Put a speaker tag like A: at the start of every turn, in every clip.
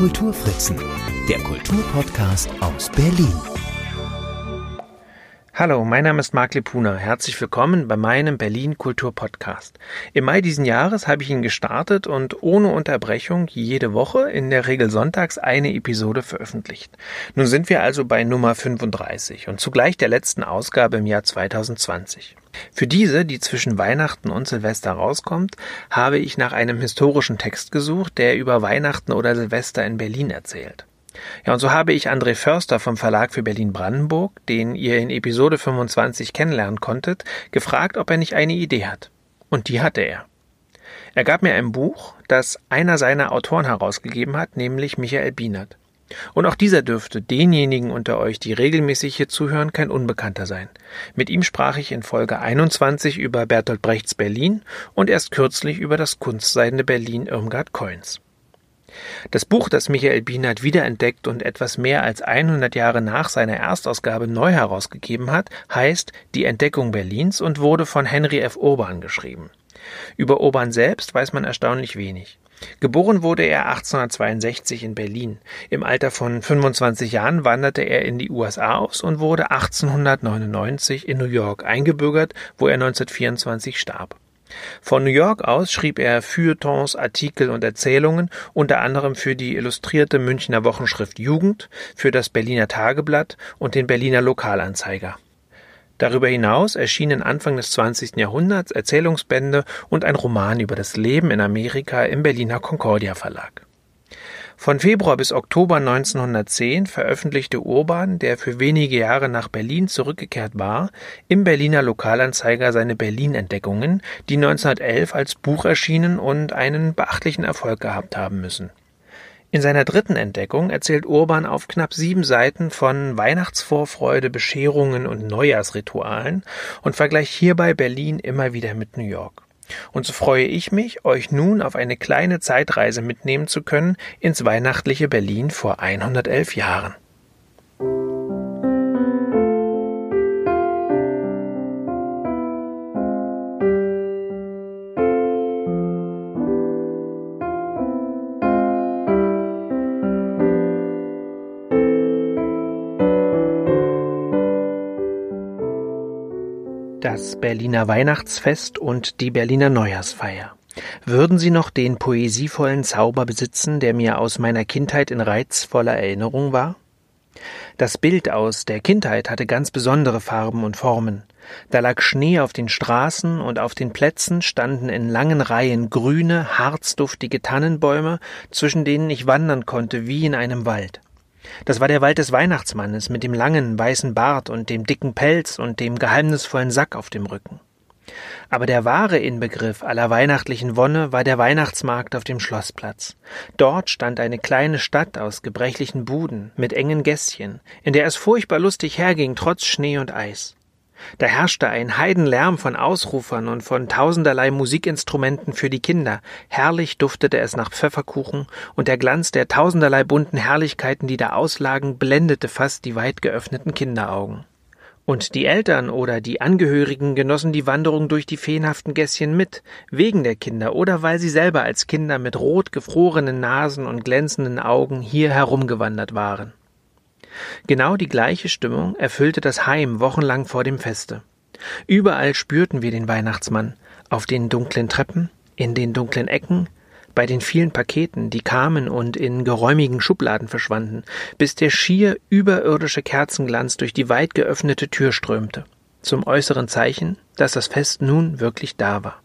A: Kulturfritzen, der Kulturpodcast aus Berlin.
B: Hallo, mein Name ist Marc Lepuna. Herzlich willkommen bei meinem Berlin Kultur-Podcast. Im Mai diesen Jahres habe ich ihn gestartet und ohne Unterbrechung jede Woche, in der Regel sonntags, eine Episode veröffentlicht. Nun sind wir also bei Nummer 35 und zugleich der letzten Ausgabe im Jahr 2020. Für diese, die zwischen Weihnachten und Silvester rauskommt, habe ich nach einem historischen Text gesucht, der über Weihnachten oder Silvester in Berlin erzählt. Ja, und so habe ich André Förster vom Verlag für Berlin-Brandenburg, den ihr in Episode 25 kennenlernen konntet, gefragt, ob er nicht eine Idee hat. Und die hatte er. Er gab mir ein Buch, das einer seiner Autoren herausgegeben hat, nämlich Michael Bienert. Und auch dieser dürfte denjenigen unter euch, die regelmäßig hier zuhören, kein Unbekannter sein. Mit ihm sprach ich in Folge 21 über Bertolt Brechts Berlin und erst kürzlich über das kunstseidene Berlin Irmgard Keun's. Das Buch, das Michael Bienert wiederentdeckt und etwas mehr als 100 Jahre nach seiner Erstausgabe neu herausgegeben hat, heißt Die Entdeckung Berlins und wurde von Henry F. Urban geschrieben. Über Urban selbst weiß man erstaunlich wenig. Geboren wurde er 1862 in Berlin. Im Alter von 25 Jahren wanderte er in die USA aus und wurde 1899 in New York eingebürgert, wo er 1924 starb. Von New York aus schrieb er Feuilletons, Artikel und Erzählungen, unter anderem für die illustrierte Münchner Wochenschrift Jugend, für das Berliner Tageblatt und den Berliner Lokalanzeiger. Darüber hinaus erschienen Anfang des 20. Jahrhunderts Erzählungsbände und ein Roman über das Leben in Amerika im Berliner Concordia Verlag. Von Februar bis Oktober 1910 veröffentlichte Urban, der für wenige Jahre nach Berlin zurückgekehrt war, im Berliner Lokalanzeiger seine Berlin-Entdeckungen, die 1911 als Buch erschienen und einen beachtlichen Erfolg gehabt haben müssen. In seiner dritten Entdeckung erzählt Urban auf knapp 7 Seiten von Weihnachtsvorfreude, Bescherungen und Neujahrsritualen und vergleicht hierbei Berlin immer wieder mit New York. Und so freue ich mich, euch nun auf eine kleine Zeitreise mitnehmen zu können ins weihnachtliche Berlin vor 111 Jahren. Das Berliner Weihnachtsfest und die Berliner Neujahrsfeier. Würden sie noch den poesievollen Zauber besitzen, der mir aus meiner Kindheit in reizvoller Erinnerung war? Das Bild aus der Kindheit hatte ganz besondere Farben und Formen. Da lag Schnee auf den Straßen und auf den Plätzen standen in langen Reihen grüne, harzduftige Tannenbäume, zwischen denen ich wandern konnte wie in einem Wald. Das war der Wald des Weihnachtsmannes mit dem langen, weißen Bart und dem dicken Pelz und dem geheimnisvollen Sack auf dem Rücken. Aber der wahre Inbegriff aller weihnachtlichen Wonne war der Weihnachtsmarkt auf dem Schlossplatz. Dort stand eine kleine Stadt aus gebrechlichen Buden mit engen Gässchen, in der es furchtbar lustig herging, trotz Schnee und Eis. Da herrschte ein Heidenlärm von Ausrufern und von tausenderlei Musikinstrumenten für die Kinder. Herrlich duftete es nach Pfefferkuchen, und der Glanz der tausenderlei bunten Herrlichkeiten, die da auslagen, blendete fast die weit geöffneten Kinderaugen. Und die Eltern oder die Angehörigen genossen die Wanderung durch die feenhaften Gässchen mit, wegen der Kinder oder weil sie selber als Kinder mit rot gefrorenen Nasen und glänzenden Augen hier herumgewandert waren. Genau die gleiche Stimmung erfüllte das Heim wochenlang vor dem Feste. Überall spürten wir den Weihnachtsmann, auf den dunklen Treppen, in den dunklen Ecken, bei den vielen Paketen, die kamen und in geräumigen Schubladen verschwanden, bis der schier überirdische Kerzenglanz durch die weit geöffnete Tür strömte, zum äußeren Zeichen, dass das Fest nun wirklich da war.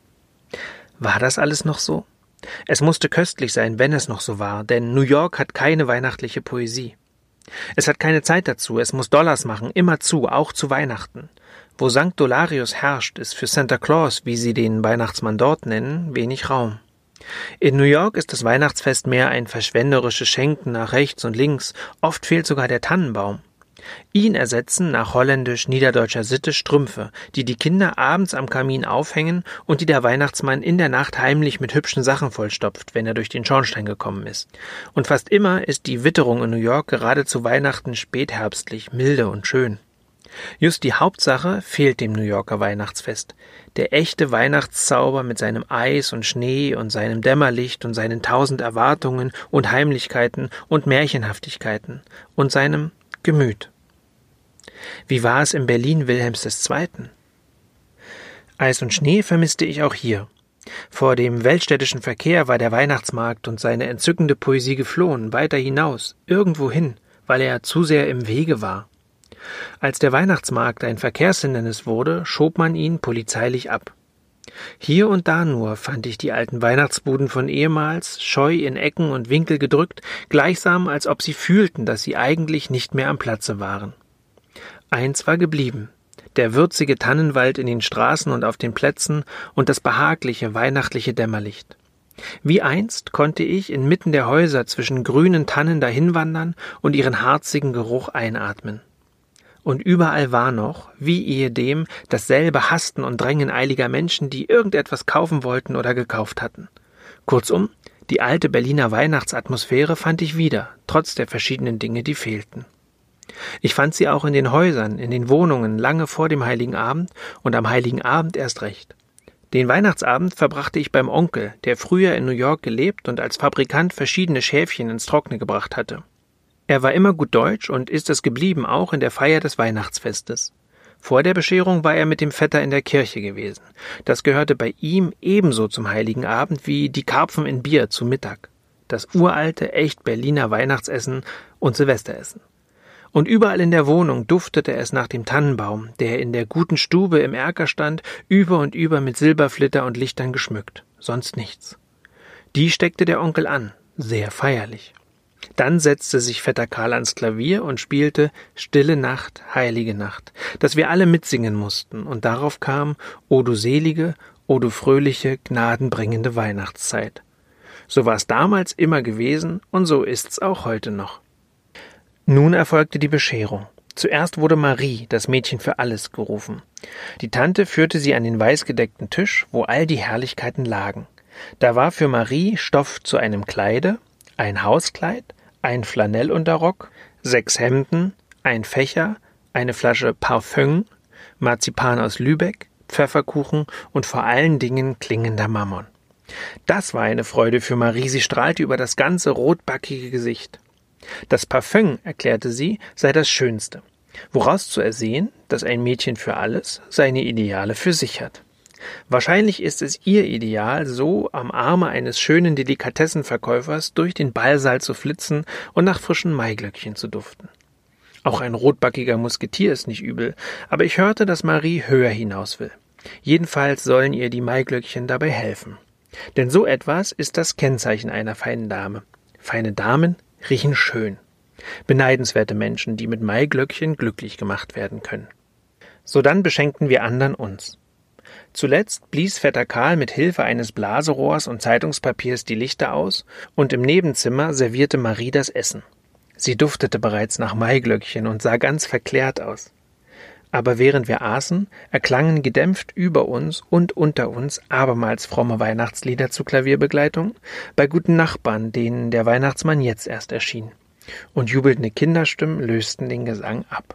B: War das alles noch so? Es musste köstlich sein, wenn es noch so war, denn New York hat keine weihnachtliche Poesie. Es hat keine Zeit dazu, es muss Dollars machen, immerzu, auch zu Weihnachten. Wo St. Dolarius herrscht, ist für Santa Claus, wie sie den Weihnachtsmann dort nennen, wenig Raum. In New York ist das Weihnachtsfest mehr ein verschwenderisches Schenken nach rechts und links, oft fehlt sogar der Tannenbaum. Ihn ersetzen nach holländisch-niederdeutscher Sitte Strümpfe, die die Kinder abends am Kamin aufhängen und die der Weihnachtsmann in der Nacht heimlich mit hübschen Sachen vollstopft, wenn er durch den Schornstein gekommen ist. Und fast immer ist die Witterung in New York gerade zu Weihnachten spätherbstlich, milde und schön. Just die Hauptsache fehlt dem New Yorker Weihnachtsfest. Der echte Weihnachtszauber mit seinem Eis und Schnee und seinem Dämmerlicht und seinen 1000 Erwartungen und Heimlichkeiten und Märchenhaftigkeiten und seinem Gemüt. Wie war es in Berlin Wilhelms II.? Eis und Schnee vermisste ich auch hier. Vor dem weltstädtischen Verkehr war der Weihnachtsmarkt und seine entzückende Poesie geflohen, weiter hinaus, irgendwohin, weil er zu sehr im Wege war. Als der Weihnachtsmarkt ein Verkehrshindernis wurde, schob man ihn polizeilich ab. Hier und da nur fand ich die alten Weihnachtsbuden von ehemals, scheu in Ecken und Winkel gedrückt, gleichsam als ob sie fühlten, dass sie eigentlich nicht mehr am Platze waren. Eins war geblieben: der würzige Tannenwald in den Straßen und auf den Plätzen und das behagliche, weihnachtliche Dämmerlicht. Wie einst konnte ich inmitten der Häuser zwischen grünen Tannen dahinwandern und ihren harzigen Geruch einatmen. Und überall war noch, wie ehedem, dasselbe Hasten und Drängen eiliger Menschen, die irgendetwas kaufen wollten oder gekauft hatten. Kurzum, die alte Berliner Weihnachtsatmosphäre fand ich wieder, trotz der verschiedenen Dinge, die fehlten. Ich fand sie auch in den Häusern, in den Wohnungen, lange vor dem Heiligen Abend und am Heiligen Abend erst recht. Den Weihnachtsabend verbrachte ich beim Onkel, der früher in New York gelebt und als Fabrikant verschiedene Schäfchen ins Trockene gebracht hatte. Er war immer gut deutsch und ist es geblieben, auch in der Feier des Weihnachtsfestes. Vor der Bescherung war er mit dem Vetter in der Kirche gewesen. Das gehörte bei ihm ebenso zum Heiligen Abend wie die Karpfen in Bier zu Mittag. Das uralte, echt Berliner Weihnachtsessen und Silvesteressen. Und überall in der Wohnung duftete es nach dem Tannenbaum, der in der guten Stube im Erker stand, über und über mit Silberflitter und Lichtern geschmückt. Sonst nichts. Die steckte der Onkel an, sehr feierlich. Dann setzte sich Vetter Karl ans Klavier und spielte »Stille Nacht, heilige Nacht«, das wir alle mitsingen mussten, und darauf kam »O du selige, o du fröhliche, gnadenbringende Weihnachtszeit«. So war es damals immer gewesen und so ist's auch heute noch. Nun erfolgte die Bescherung. Zuerst wurde Marie, das Mädchen für alles, gerufen. Die Tante führte sie an den weißgedeckten Tisch, wo all die Herrlichkeiten lagen. Da war für Marie Stoff zu einem Kleide, ein Hauskleid, ein Flanellunterrock, 6 Hemden, ein Fächer, eine Flasche Parfüm, Marzipan aus Lübeck, Pfefferkuchen und vor allen Dingen klingender Mammon. Das war eine Freude für Marie, sie strahlte über das ganze rotbackige Gesicht. Das Parfüm, erklärte sie, sei das Schönste, woraus zu ersehen, dass ein Mädchen für alles seine Ideale für sich hat. Wahrscheinlich ist es ihr Ideal, so am Arme eines schönen Delikatessenverkäufers durch den Ballsaal zu flitzen und nach frischen Maiglöckchen zu duften. Auch ein rotbackiger Musketier ist nicht übel, aber ich hörte, dass Marie höher hinaus will. Jedenfalls sollen ihr die Maiglöckchen dabei helfen. Denn so etwas ist das Kennzeichen einer feinen Dame. Feine Damen riechen schön. Beneidenswerte Menschen, die mit Maiglöckchen glücklich gemacht werden können. Sodann beschenkten wir anderen uns. Zuletzt blies Vetter Karl mit Hilfe eines Blaserohrs und Zeitungspapiers die Lichter aus und im Nebenzimmer servierte Marie das Essen. Sie duftete bereits nach Maiglöckchen und sah ganz verklärt aus. Aber während wir aßen, erklangen gedämpft über uns und unter uns abermals fromme Weihnachtslieder zu Klavierbegleitung, bei guten Nachbarn, denen der Weihnachtsmann jetzt erst erschien. Und jubelnde Kinderstimmen lösten den Gesang ab.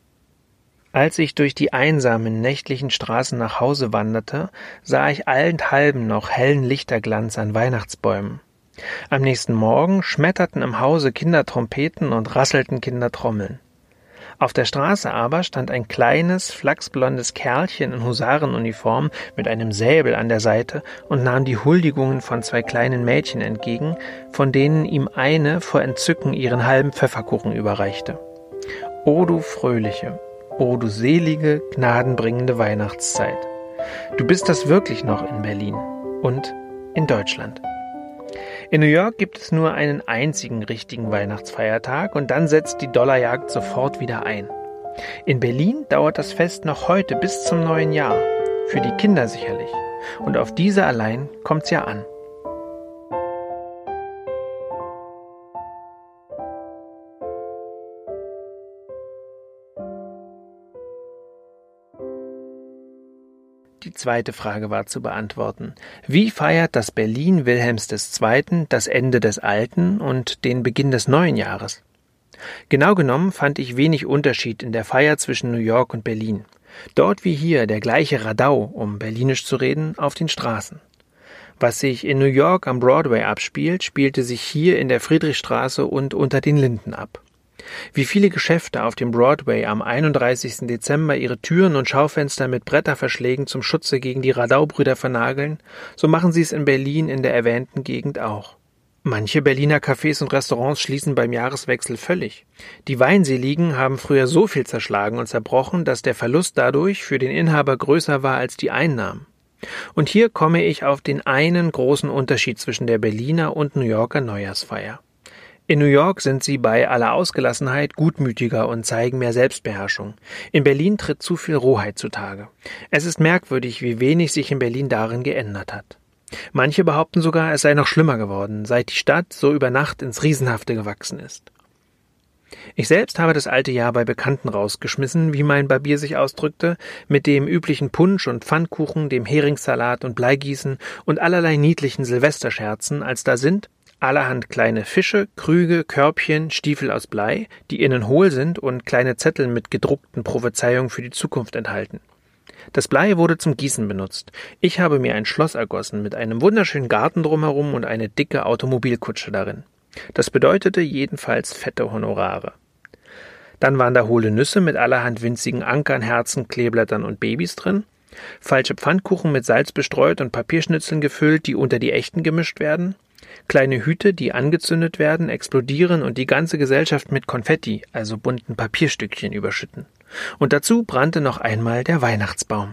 B: Als ich durch die einsamen, nächtlichen Straßen nach Hause wanderte, sah ich allenthalben noch hellen Lichterglanz an Weihnachtsbäumen. Am nächsten Morgen schmetterten im Hause Kindertrompeten und rasselten Kindertrommeln. Auf der Straße aber stand ein kleines, flachsblondes Kerlchen in Husarenuniform mit einem Säbel an der Seite und nahm die Huldigungen von 2 kleinen Mädchen entgegen, von denen ihm eine vor Entzücken ihren halben Pfefferkuchen überreichte. O du fröhliche, o du selige, gnadenbringende Weihnachtszeit. Du bist das wirklich noch in Berlin und in Deutschland. In New York gibt es nur einen einzigen richtigen Weihnachtsfeiertag und dann setzt die Dollarjagd sofort wieder ein. In Berlin dauert das Fest noch heute bis zum neuen Jahr. Für die Kinder sicherlich. Und auf diese allein kommt's ja an. Die zweite Frage war zu beantworten. Wie feiert das Berlin Wilhelms II. Das Ende des alten und den Beginn des neuen Jahres? Genau genommen fand ich wenig Unterschied in der Feier zwischen New York und Berlin. Dort wie hier der gleiche Radau, um berlinisch zu reden, auf den Straßen. Was sich in New York am Broadway abspielt, spielte sich hier in der Friedrichstraße und unter den Linden ab. Wie viele Geschäfte auf dem Broadway am 31. Dezember ihre Türen und Schaufenster mit Bretterverschlägen zum Schutze gegen die Radau-Brüder vernageln, so machen sie es in Berlin in der erwähnten Gegend auch. Manche Berliner Cafés und Restaurants schließen beim Jahreswechsel völlig. Die Weinseligen haben früher so viel zerschlagen und zerbrochen, dass der Verlust dadurch für den Inhaber größer war als die Einnahmen. Und hier komme ich auf den einen großen Unterschied zwischen der Berliner und New Yorker Neujahrsfeier. In New York sind sie bei aller Ausgelassenheit gutmütiger und zeigen mehr Selbstbeherrschung. In Berlin tritt zu viel Rohheit zutage. Es ist merkwürdig, wie wenig sich in Berlin darin geändert hat. Manche behaupten sogar, es sei noch schlimmer geworden, seit die Stadt so über Nacht ins Riesenhafte gewachsen ist. Ich selbst habe das alte Jahr bei Bekannten rausgeschmissen, wie mein Barbier sich ausdrückte, mit dem üblichen Punsch und Pfannkuchen, dem Heringssalat und Bleigießen und allerlei niedlichen Silvesterscherzen, als da sind allerhand kleine Fische, Krüge, Körbchen, Stiefel aus Blei, die innen hohl sind und kleine Zettel mit gedruckten Prophezeiungen für die Zukunft enthalten. Das Blei wurde zum Gießen benutzt. Ich habe mir ein Schloss ergossen mit einem wunderschönen Garten drumherum und eine dicke Automobilkutsche darin. Das bedeutete jedenfalls fette Honorare. Dann waren da hohle Nüsse mit allerhand winzigen Ankern, Herzen, Kleeblättern und Babys drin, falsche Pfannkuchen mit Salz bestreut und Papierschnitzeln gefüllt, die unter die echten gemischt werden, kleine Hüte, die angezündet werden, explodieren und die ganze Gesellschaft mit Konfetti, also bunten Papierstückchen, überschütten. Und dazu brannte noch einmal der Weihnachtsbaum.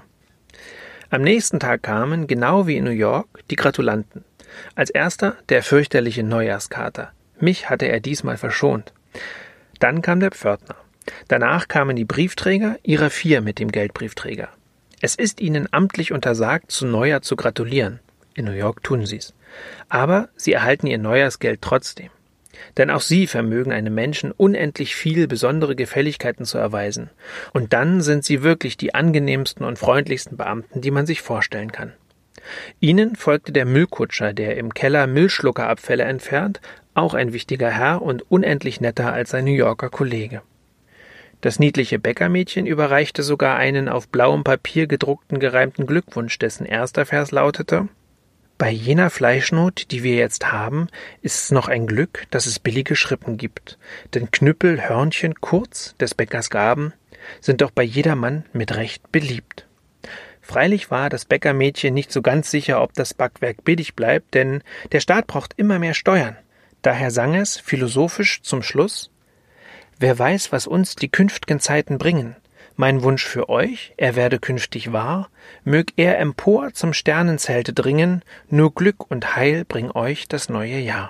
B: Am nächsten Tag kamen, genau wie in New York, die Gratulanten. Als erster der fürchterliche Neujahrskater. Mich hatte er diesmal verschont. Dann kam der Pförtner. Danach kamen die Briefträger, ihrer 4 mit dem Geldbriefträger. Es ist ihnen amtlich untersagt, zu Neujahr zu gratulieren. In New York tun sie's. Aber sie erhalten ihr Neujahrsgeld trotzdem. Denn auch sie vermögen einem Menschen unendlich viel besondere Gefälligkeiten zu erweisen. Und dann sind sie wirklich die angenehmsten und freundlichsten Beamten, die man sich vorstellen kann. Ihnen folgte der Müllkutscher, der im Keller Müllschluckerabfälle entfernt, auch ein wichtiger Herr und unendlich netter als sein New Yorker Kollege. Das niedliche Bäckermädchen überreichte sogar einen auf blauem Papier gedruckten gereimten Glückwunsch, dessen erster Vers lautete: Bei jener Fleischnot, die wir jetzt haben, ist es noch ein Glück, dass es billige Schrippen gibt, denn Knüppel, Hörnchen, kurz, des Bäckers Gaben, sind doch bei jedermann mit Recht beliebt. Freilich war das Bäckermädchen nicht so ganz sicher, ob das Backwerk billig bleibt, denn der Staat braucht immer mehr Steuern. Daher sang es philosophisch zum Schluss: Wer weiß, was uns die künft'gen Zeiten bringen. Mein Wunsch für euch, er werde künftig wahr, mög er empor zum Sternenzelte dringen, nur Glück und Heil bring euch das neue Jahr.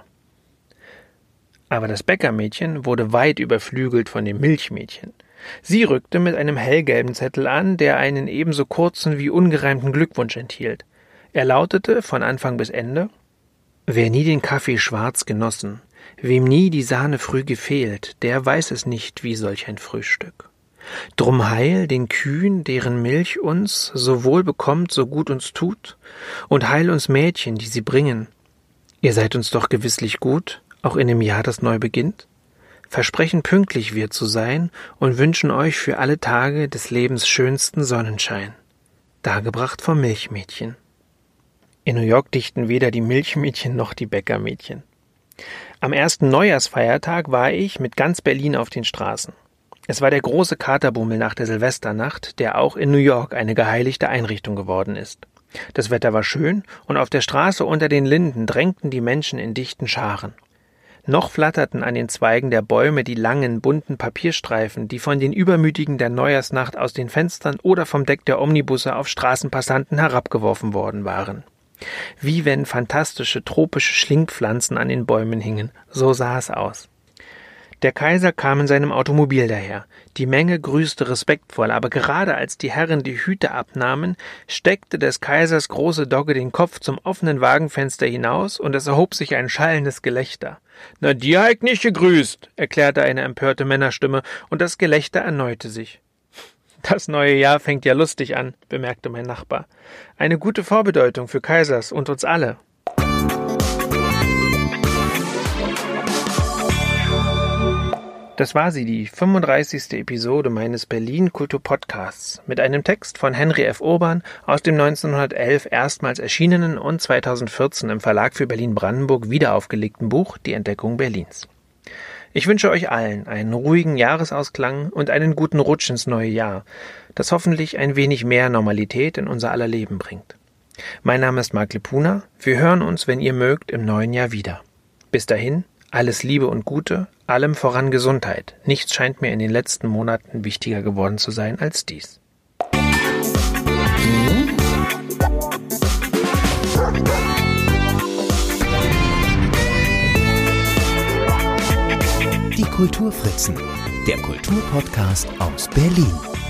B: Aber das Bäckermädchen wurde weit überflügelt von dem Milchmädchen. Sie rückte mit einem hellgelben Zettel an, der einen ebenso kurzen wie ungereimten Glückwunsch enthielt. Er lautete von Anfang bis Ende: Wer nie den Kaffee schwarz genossen, wem nie die Sahne früh gefehlt, der weiß es nicht wie solch ein Frühstück. Drum heil den Kühen, deren Milch uns so wohl bekommt, so gut uns tut, und heil uns Mädchen, die sie bringen. Ihr seid uns doch gewisslich gut, auch in dem Jahr, das neu beginnt. Versprechen pünktlich wir zu sein und wünschen euch für alle Tage des Lebens schönsten Sonnenschein. Dargebracht vom Milchmädchen. In New York dichten weder die Milchmädchen noch die Bäckermädchen. Am ersten Neujahrsfeiertag war ich mit ganz Berlin auf den Straßen. Es war der große Katerbummel nach der Silvesternacht, der auch in New York eine geheiligte Einrichtung geworden ist. Das Wetter war schön und auf der Straße unter den Linden drängten die Menschen in dichten Scharen. Noch flatterten an den Zweigen der Bäume die langen, bunten Papierstreifen, die von den Übermütigen der Neujahrsnacht aus den Fenstern oder vom Deck der Omnibusse auf Straßenpassanten herabgeworfen worden waren. Wie wenn fantastische tropische Schlingpflanzen an den Bäumen hingen, so sah es aus. Der Kaiser kam in seinem Automobil daher. Die Menge grüßte respektvoll, aber gerade als die Herren die Hüte abnahmen, steckte des Kaisers große Dogge den Kopf zum offenen Wagenfenster hinaus und es erhob sich ein schallendes Gelächter. »Na, die ha' ich nicht gegrüßt«, erklärte eine empörte Männerstimme, und das Gelächter erneute sich. »Das neue Jahr fängt ja lustig an«, bemerkte mein Nachbar. »Eine gute Vorbedeutung für Kaisers und uns alle.« Das war sie, die 35. Episode meines Berlin Kultur Podcasts mit einem Text von Henry F. Urban aus dem 1911 erstmals erschienenen und 2014 im Verlag für Berlin-Brandenburg wiederaufgelegten Buch Die Entdeckung Berlins. Ich wünsche euch allen einen ruhigen Jahresausklang und einen guten Rutsch ins neue Jahr, das hoffentlich ein wenig mehr Normalität in unser aller Leben bringt. Mein Name ist Marc Lepuna. Wir hören uns, wenn ihr mögt, im neuen Jahr wieder. Bis dahin, alles Liebe und Gute, allem voran Gesundheit. Nichts scheint mir in den letzten Monaten wichtiger geworden zu sein als dies.
A: Die Kulturfritzen, der Kulturpodcast aus Berlin.